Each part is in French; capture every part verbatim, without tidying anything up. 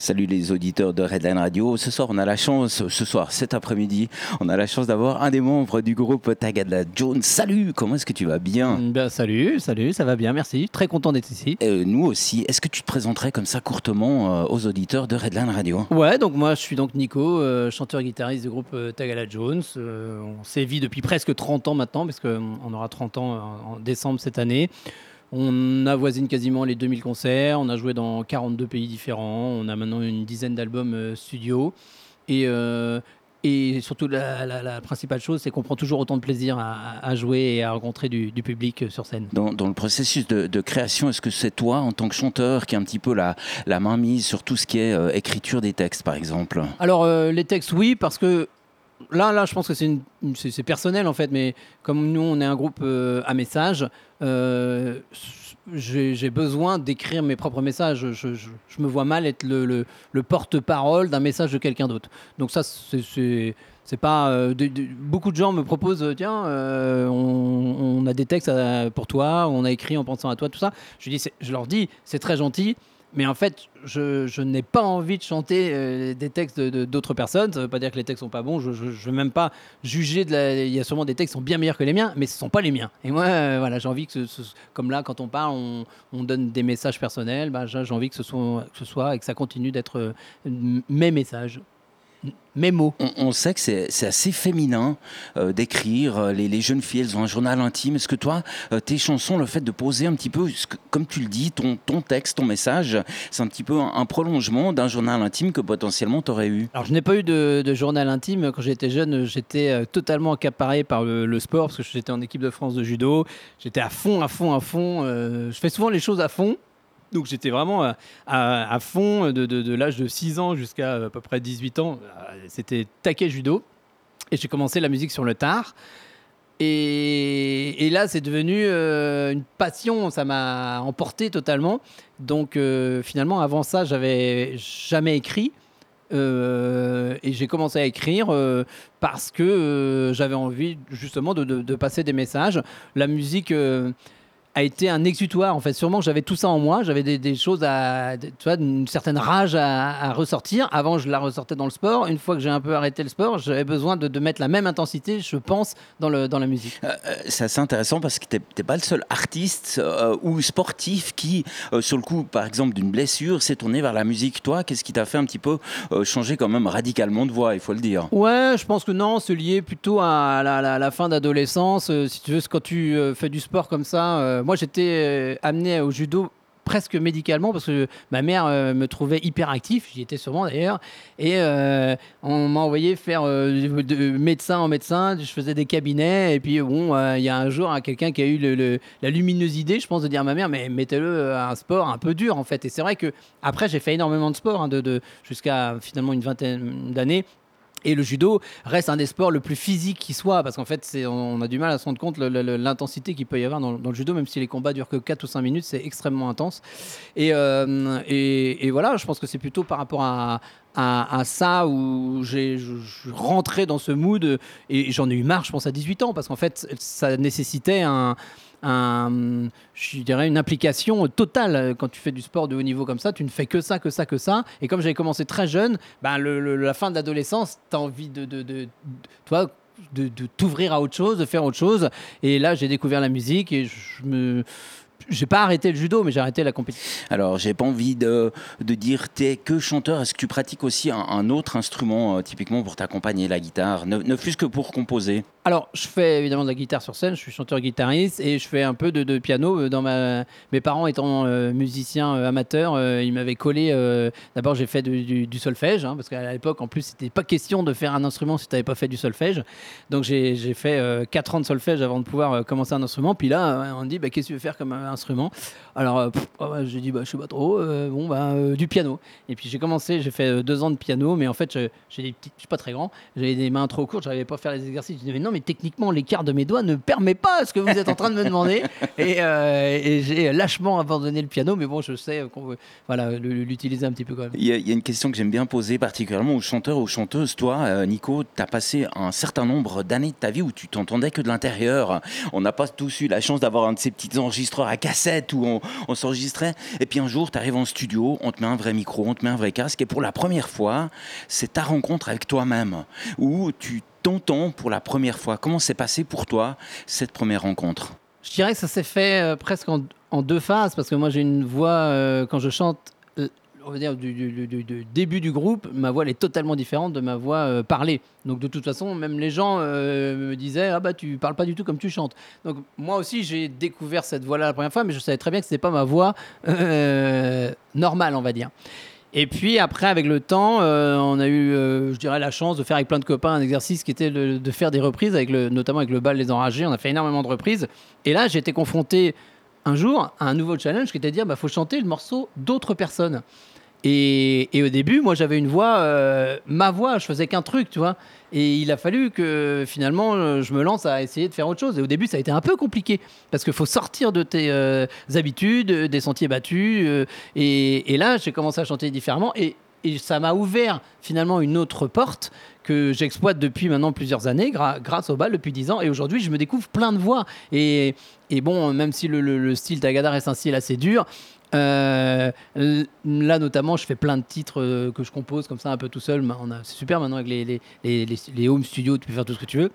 Salut les auditeurs de Redline Radio. Ce soir, on a la chance, ce soir, cet après-midi, on a la chance d'avoir un des membres du groupe Tagada Jones. Salut, comment est-ce que tu vas bien? Ben, salut, salut, ça va bien, merci. Très content d'être ici. Euh, nous aussi. Est-ce que tu te présenterais comme ça courtement euh, aux auditeurs de Redline Radio? Ouais, donc moi je suis donc Nico, euh, chanteur-guitariste du groupe euh, Tagada Jones. Euh, on sévit depuis presque trente ans maintenant, parce qu'on aura trente ans en, en décembre cette année. On avoisine quasiment les deux mille concerts, on a joué dans quarante-deux pays différents, on a maintenant une dizaine d'albums euh, studio. Et, euh, et surtout, la, la, la principale chose, c'est qu'on prend toujours autant de plaisir à, à jouer et à rencontrer du, du public sur scène. Dans, dans le processus de, de création, est-ce que c'est toi, en tant que chanteur, qui a un petit peu la, la main mise sur tout ce qui est euh, écriture des textes, par exemple? Alors, euh, les textes, oui, parce que Là, là, je pense que c'est, une, c'est, c'est personnel en fait, mais comme nous, on est un groupe euh, à messages, euh, j'ai, j'ai besoin d'écrire mes propres messages. Je, je, je me vois mal être le, le, le porte-parole d'un message de quelqu'un d'autre. Donc ça, c'est, c'est, c'est pas. Euh, de, de, beaucoup de gens me proposent, tiens, euh, on, on a des textes à- pour toi, on a écrit en pensant à toi, tout ça. Je, dis, c'est- je leur dis, c'est très gentil. Mais en fait, je, je n'ai pas envie de chanter euh, des textes de- de- d'autres personnes. Ça ne veut pas dire que les textes sont pas bons. Je ne veux même pas juger. De la... Il y a sûrement des textes qui sont bien meilleurs que les miens, mais ce ne sont pas les miens. Et moi, euh, voilà, j'ai envie que, ce, ce- comme là, quand on parle, on, on donne des messages personnels. Bah, j'ai j'ai envie que ce, soit, que ce soit et que ça continue d'être euh, m- mes messages, m- mes mots. On, on sait que c'est, c'est assez féminin euh, d'écrire. Euh, Les, les jeunes filles, elles ont un journal intime. Est-ce que toi, euh, tes chansons, le fait de poser un petit peu, ce que- comme tu le dis, ton, ton texte, ton message, c'est un petit peu un, un prolongement d'un journal intime que potentiellement tu aurais eu? Alors, je n'ai pas eu de, de journal intime. Quand j'étais jeune, j'étais euh, totalement accaparé par le, le sport parce que j'étais en équipe de France de judo. J'étais à fond, à fond, à fond. Euh, je fais souvent les choses à fond. Donc, j'étais vraiment à, à- à fond de, de- de l'âge de six ans jusqu'à à peu près dix-huit ans. Euh, C'était taquet judo. Et j'ai commencé la musique sur le tard. Et, et là, c'est devenu euh, une passion. Ça m'a emporté totalement. Donc, euh, finalement, avant ça, j'avais jamais écrit. Euh, et j'ai commencé à écrire euh, parce que euh, j'avais envie justement de, de- de passer des messages. La musique euh, a été un exutoire en fait. Sûrement que j'avais tout ça en moi, j'avais des, des choses à, tu vois, une certaine rage à, à ressortir. Avant, je la ressortais dans le sport. Une fois que j'ai un peu arrêté le sport, j'avais besoin de, de mettre la même intensité, je pense, dans, le, dans la musique. Euh, euh, c'est assez intéressant parce que tu n'es pas le seul artiste euh, ou sportif qui, euh, sur le coup, par exemple, d'une blessure, s'est tourné vers la musique. Toi, qu'est-ce qui t'a fait un petit peu euh, changer quand même radicalement de voix, il faut le dire? Ouais, je pense que non, c'est lié plutôt à la, la- la fin d'adolescence. Euh, si tu veux, quand tu euh, fais du sport comme ça, euh, moi j'étais euh, amené au judo presque médicalement parce que ma mère euh, me trouvait hyper actif, j'y étais sûrement d'ailleurs, et euh, on m'a envoyé faire euh, de médecin en médecin, je faisais des cabinets, et puis bon, euh, il y a un jour hein, quelqu'un qui a eu le- le- la lumineuse idée, je pense, de dire à ma mère, mais mettez-le à un sport un peu dur en fait. Et c'est vrai que après j'ai fait énormément de sport, hein, de, de- jusqu'à finalement une vingtaine d'années. Et le judo reste un des sports le plus physique qui soit, parce qu'en fait, c'est, on a du mal à se rendre compte de l'intensité qu'il peut y avoir dans, dans le judo, même si les combats durent que quatre ou cinq minutes, c'est extrêmement intense. Et, euh, et, et voilà, je pense que c'est plutôt par rapport à, à, à ça où j'ai, je, je rentrais dans ce mood, et j'en ai eu marre, je pense, à dix-huit ans, parce qu'en fait, ça nécessitait un un, je dirais une implication totale. Quand tu fais du sport de haut niveau comme ça, tu ne fais que ça, que ça, que ça. Et comme j'avais commencé très jeune, ben le, le- la fin de l'adolescence, tu as envie de, de, de, de- toi, de, de t'ouvrir à autre chose, de faire autre chose. Et là, j'ai découvert la musique et je me... J'ai pas arrêté le judo, mais j'ai arrêté la compétition. Alors, j'ai pas envie de, de dire t'es que chanteur. Est-ce que tu pratiques aussi un, un autre instrument, euh, typiquement pour t'accompagner, la guitare, ne, ne fût-ce que pour composer? Alors, je fais évidemment de la guitare sur scène, je suis chanteur-guitariste et je fais un peu de, de piano. euh, Dans ma... Mes parents étant euh, musiciens euh, amateurs, euh, ils m'avaient collé. euh, D'abord, j'ai fait du, du- du solfège, hein, parce qu'à l'époque, en plus, c'était pas question de faire un instrument si tu n'avais pas fait du solfège. Donc, j'ai j'ai fait euh, quatre ans de solfège avant de pouvoir euh, commencer un instrument. Puis là, euh, on me dit, bah, qu'est-ce que tu veux faire comme euh, instrument? Alors, euh, pff, oh, bah, j'ai dit, bah, je sais pas trop. euh, bon, bah, euh, du piano. Et puis, j'ai commencé, j'ai fait euh, deux ans de piano, mais en fait, je, j'ai des petits, je suis pas très grand, j'avais des mains trop courtes, j'arrivais pas à faire les exercices. Je disais, mais non, non, mais techniquement, l'écart de mes doigts ne permet pas ce que vous êtes en train de me demander. Et, euh, et j'ai lâchement abandonné le piano, mais bon, je sais qu'on veut voilà, l'utiliser un petit peu quand même. Il y, a, il y a une question que j'aime bien poser, particulièrement aux chanteurs, aux chanteuses. Toi, euh, Nico, tu as passé un certain nombre d'années de ta vie où tu t'entendais que de l'intérieur. On n'a pas tous eu la chance d'avoir un de ces petits enregistreurs à cassette où on, on s'enregistrait. Et puis un jour, tu arrives en studio, on te met un vrai micro, on te met un vrai casque. Et pour la première fois, c'est ta rencontre avec toi-même, où tu t'entends pour la première fois. Comment s'est passé pour toi cette première rencontre ? Je dirais que ça s'est fait euh, presque en, en deux phases, parce que moi j'ai une voix, euh, quand je chante, euh, on va dire du, du, du, du début du groupe, ma voix elle est totalement différente de ma voix euh, parlée. Donc de toute façon, même les gens euh, me disaient « Ah bah tu parles pas du tout comme tu chantes ». Donc moi aussi j'ai découvert cette voix-là la première fois, mais je savais très bien que c'était pas ma voix euh, normale, on va dire. Et puis après, avec le temps, euh, on a eu, euh, je dirais, la chance de faire avec plein de copains un exercice qui était le, de faire des reprises, avec le, notamment avec le bal Les Enragés. On a fait énormément de reprises. Et là, j'ai été confronté un jour à un nouveau challenge qui était de dire, bah, faut chanter le morceau d'autres personnes. Et, et au début, moi, j'avais une voix, euh, ma voix, je faisais qu'un truc, tu vois. Et il a fallu que finalement, je me lance à essayer de faire autre chose. Et au début, ça a été un peu compliqué parce qu'il faut sortir de tes euh, habitudes, des sentiers battus. Euh, et, et là, j'ai commencé à chanter différemment. Et, et ça m'a ouvert finalement une autre porte que j'exploite depuis maintenant plusieurs années, gra- grâce au bal, depuis dix ans. Et aujourd'hui, je me découvre plein de voix. Et, et bon, même si le, le, le style Tagada reste un style assez dur, Euh, là notamment je fais plein de titres euh, que je compose comme ça un peu tout seul. On a, c'est super maintenant avec les, les, les, les, les home studios, tu peux faire tout ce que tu veux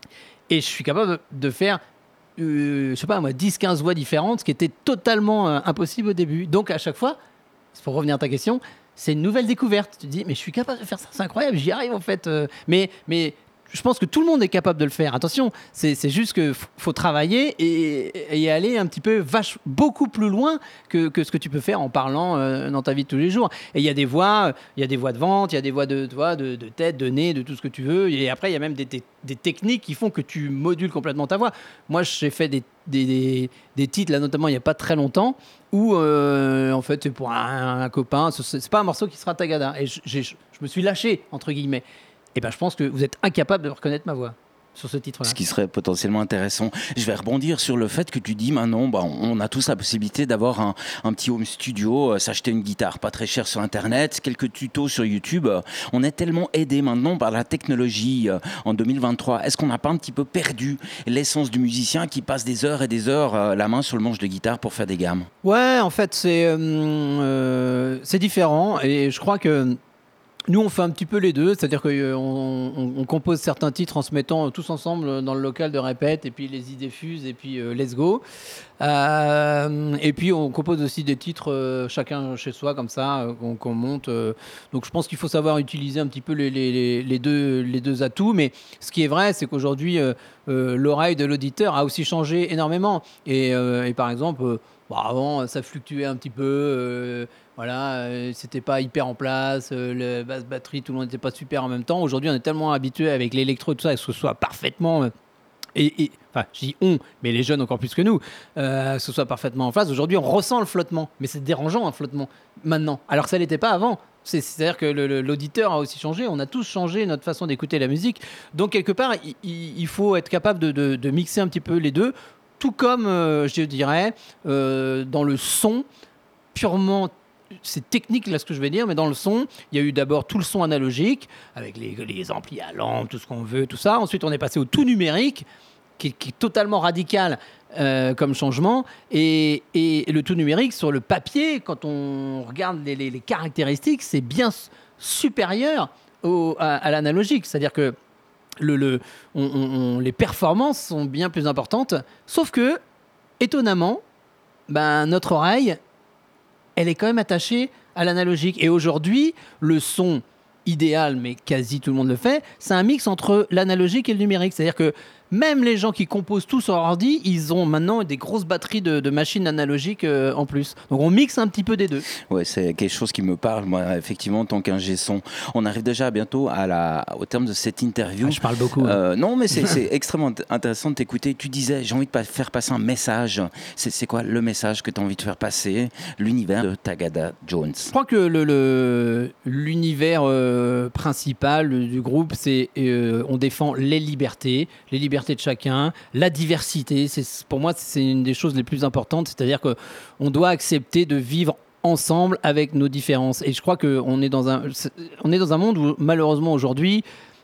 et je suis capable de, de faire euh, je sais pas moi dix quinze voix différentes, ce qui était totalement euh, impossible au début. Donc à chaque fois, pour revenir à ta question, c'est une nouvelle découverte. Tu te dis mais je suis capable de faire ça, c'est incroyable, j'y arrive en fait. euh, mais, mais je pense que tout le monde est capable de le faire. Attention, c'est, c'est juste qu'il f- faut travailler et, et aller un petit peu vache, beaucoup plus loin que, que ce que tu peux faire en parlant euh, dans ta vie de tous les jours. Et il y a des voix, il y a des voix de vente, il y a des voix de, tu vois, de, de tête, de nez, de tout ce que tu veux. Et après, il y a même des, des, des techniques qui font que tu modules complètement ta voix. Moi, j'ai fait des, des, des, des titres, là notamment il n'y a pas très longtemps, où euh, en fait, c'est pour un, un copain, c'est, c'est pas un morceau qui sera Tagada. Et je, j'ai, je me suis lâché, entre guillemets. Et ben, je pense que vous êtes incapable de reconnaître ma voix sur ce titre-là. Ce qui serait potentiellement intéressant. Je vais rebondir sur le fait que tu dis maintenant, bah, on a tous la possibilité d'avoir un, un petit home studio, euh, s'acheter une guitare pas très chère sur Internet, quelques tutos sur YouTube. Euh, on est tellement aidé maintenant par la technologie euh, en deux mille vingt-trois. Est-ce qu'on n'a pas un petit peu perdu l'essence du musicien qui passe des heures et des heures euh, la main sur le manche de guitare pour faire des gammes ? Ouais, en fait, c'est, euh, euh, c'est différent. Et je crois que nous, on fait un petit peu les deux, c'est-à-dire qu'on on, on compose certains titres en se mettant tous ensemble dans le local de répète, et puis les idées fusent, et puis euh, let's go. Euh, et puis on compose aussi des titres euh, chacun chez soi, comme ça, euh, qu'on, qu'on monte. Euh. Donc je pense qu'il faut savoir utiliser un petit peu les, les, les, deux, les deux atouts. Mais ce qui est vrai, c'est qu'aujourd'hui, euh, euh, l'oreille de l'auditeur a aussi changé énormément. Et, euh, et par exemple, euh, bon, avant, ça fluctuait un petit peu. Euh, Voilà, euh, c'était pas hyper en place, euh, le basse batterie, tout le monde n'était pas super en même temps. Aujourd'hui, on est tellement habitué avec l'électro et tout ça, que ce soit parfaitement. Euh, et, et, enfin, je dis on, mais les jeunes encore plus que nous, euh, que ce soit parfaitement en place. Aujourd'hui, on ressent le flottement, mais c'est dérangeant un flottement maintenant, alors que ça l'était pas avant. C'est, c'est-à-dire que le, le, l'auditeur a aussi changé, on a tous changé notre façon d'écouter la musique. Donc, quelque part, il, il faut être capable de, de, de mixer un petit peu les deux, tout comme, euh, je dirais, euh, dans le son purement. C'est technique là ce que je vais dire, mais dans le son, il y a eu d'abord tout le son analogique, avec les, les amplis à lampe, tout ce qu'on veut, tout ça. Ensuite, on est passé au tout numérique, qui, qui est totalement radical euh, comme changement. Et, et, et le tout numérique, sur le papier, quand on regarde les, les, les caractéristiques, c'est bien supérieur au, à, à l'analogique. C'est-à-dire que le, le, on, on, les performances sont bien plus importantes, sauf que, étonnamment, ben, notre oreille, elle est quand même attachée à l'analogique. Et aujourd'hui, le son idéal, mais quasi tout le monde le fait, c'est un mix entre l'analogique et le numérique. C'est-à-dire que même les gens qui composent tout sur ordi, ils ont maintenant des grosses batteries de, de machines analogiques euh, en plus. Donc on mixe un petit peu des deux. Ouais, c'est quelque chose qui me parle, moi, effectivement, en tant qu'ingé son. On arrive déjà bientôt à la, au terme de cette interview. Ah, je parle beaucoup. Euh, hein. Non, mais c'est, c'est extrêmement intéressant de t'écouter. Tu disais, j'ai envie de faire passer un message. C'est, c'est quoi le message que tu as envie de faire passer ? L'univers de Tagada Jones. Je crois que le, le, l'univers euh, principal du groupe, c'est euh, on défend les libertés, les libertés de chacun, la diversité. C'est, pour moi, c'est une des choses les plus importantes. C'est-à-dire qu'on doit accepter de vivre ensemble avec nos différences. Et je crois qu'on est dans un, on est dans un monde où, malheureusement, aujourd'hui,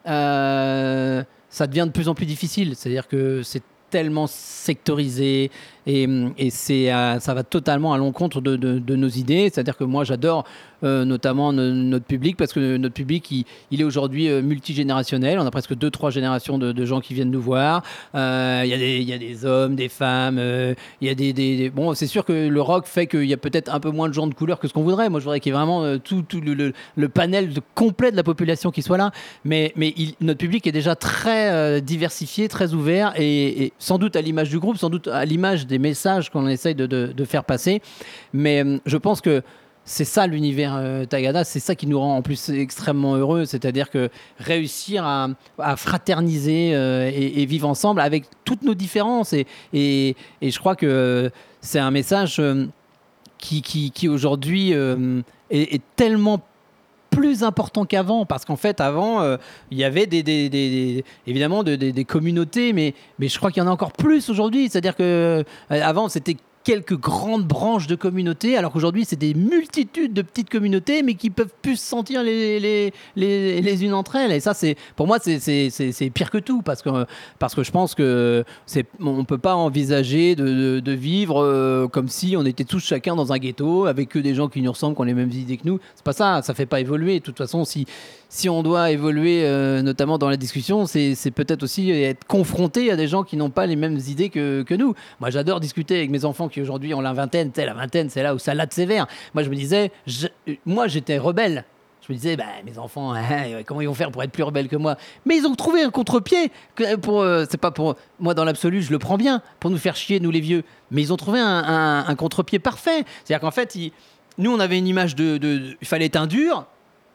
euh, ça devient de plus en plus difficile. C'est-à-dire que c'est tellement sectorisé et, et c'est, euh, ça va totalement à l'encontre de, de, de nos idées. C'est-à-dire que moi, j'adore euh, notamment no, notre public parce que notre public, il, il est aujourd'hui euh, multigénérationnel. On a presque deux, trois générations de, de gens qui viennent nous voir. Euh, Il y a des, il y a des hommes, des femmes. Euh, il y a des, des, des... Bon, c'est sûr que le rock fait qu'il y a peut-être un peu moins de gens de couleur que ce qu'on voudrait. Moi, je voudrais qu'il y ait vraiment euh, tout, tout le, le, le panel de, complet de la population qui soit là. Mais, mais il, notre public est déjà très euh, diversifié, très ouvert et, et sans doute à l'image du groupe, sans doute à l'image des messages qu'on essaye de, de, de faire passer. Mais euh, je pense que c'est ça l'univers euh, Tagada, c'est ça qui nous rend en plus extrêmement heureux, c'est-à-dire que réussir à, à fraterniser euh, et, et vivre ensemble avec toutes nos différences. Et, et, et je crois que euh, c'est un message euh, qui, qui, qui aujourd'hui euh, est, est tellement plus important qu'avant, parce qu'en fait avant euh, il y avait des, des, des, des évidemment de, des, des communautés, mais, mais je crois qu'il y en a encore plus aujourd'hui, c'est-à-dire que euh, avant c'était quelques grandes branches de communautés, alors qu'aujourd'hui c'est des multitudes de petites communautés, mais qui peuvent plus se sentir les, les, les, les unes entre elles. Et ça, c'est, pour moi, c'est, c'est, c'est, c'est pire que tout, parce que, parce que je pense que c'est, on ne peut pas envisager de, de, de vivre euh, comme si on était tous chacun dans un ghetto, avec que des gens qui nous ressemblent, qui ont les mêmes idées que nous. C'est pas ça, ça ne fait pas évoluer. De toute façon, si, si on doit évoluer, euh, notamment dans la discussion, c'est, c'est peut-être aussi être confronté à des gens qui n'ont pas les mêmes idées que, que nous. Moi, j'adore discuter avec mes enfants qui aujourd'hui ont la vingtaine. Tu sais, la vingtaine, c'est là où ça latte sévère. Moi, je me disais, je, moi, j'étais rebelle. Je me disais, bah, mes enfants, hein, comment ils vont faire pour être plus rebelles que moi? Mais ils ont trouvé un contre-pied. Pour, euh, c'est pas pour moi, dans l'absolu, je le prends bien, pour nous faire chier, nous les vieux. Mais ils ont trouvé un, un, un contre-pied parfait. C'est-à-dire qu'en fait, ils, nous, on avait une image de, de, de il fallait être un dur.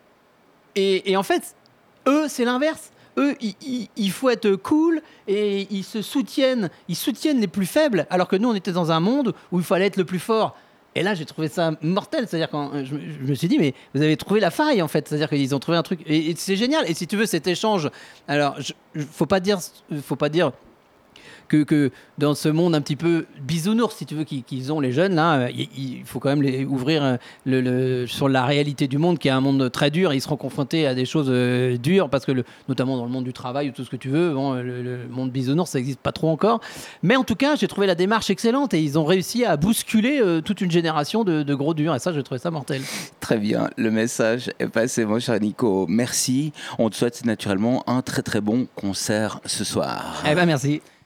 Et, et en fait, eux, c'est l'inverse. Eux, il, il, il faut être cool et ils se soutiennent, ils soutiennent les plus faibles, alors que nous, on était dans un monde où il fallait être le plus fort. Et là, j'ai trouvé ça mortel. C'est-à-dire quand je, je me suis dit, mais vous avez trouvé la faille, en fait. C'est-à-dire qu'ils ont trouvé un truc. Et, et c'est génial. Et si tu veux, cet échange. Alors, il ne faut pas dire. Faut pas dire Que, que dans ce monde un petit peu bisounours, si tu veux, qu'ils, qu'ils ont les jeunes, là, il, il faut quand même les ouvrir le, le, sur la réalité du monde, qui est un monde très dur. Ils seront confrontés à des choses euh, dures, parce que le, notamment dans le monde du travail ou tout ce que tu veux, bon, le, le monde bisounours, ça n'existe pas trop encore. Mais en tout cas, j'ai trouvé la démarche excellente et ils ont réussi à bousculer euh, toute une génération de, de gros durs. Et ça, j'ai trouvé ça mortel. Très bien, le message est passé, mon cher Nico. Merci. On te souhaite naturellement un très très bon concert ce soir. Eh ben, merci.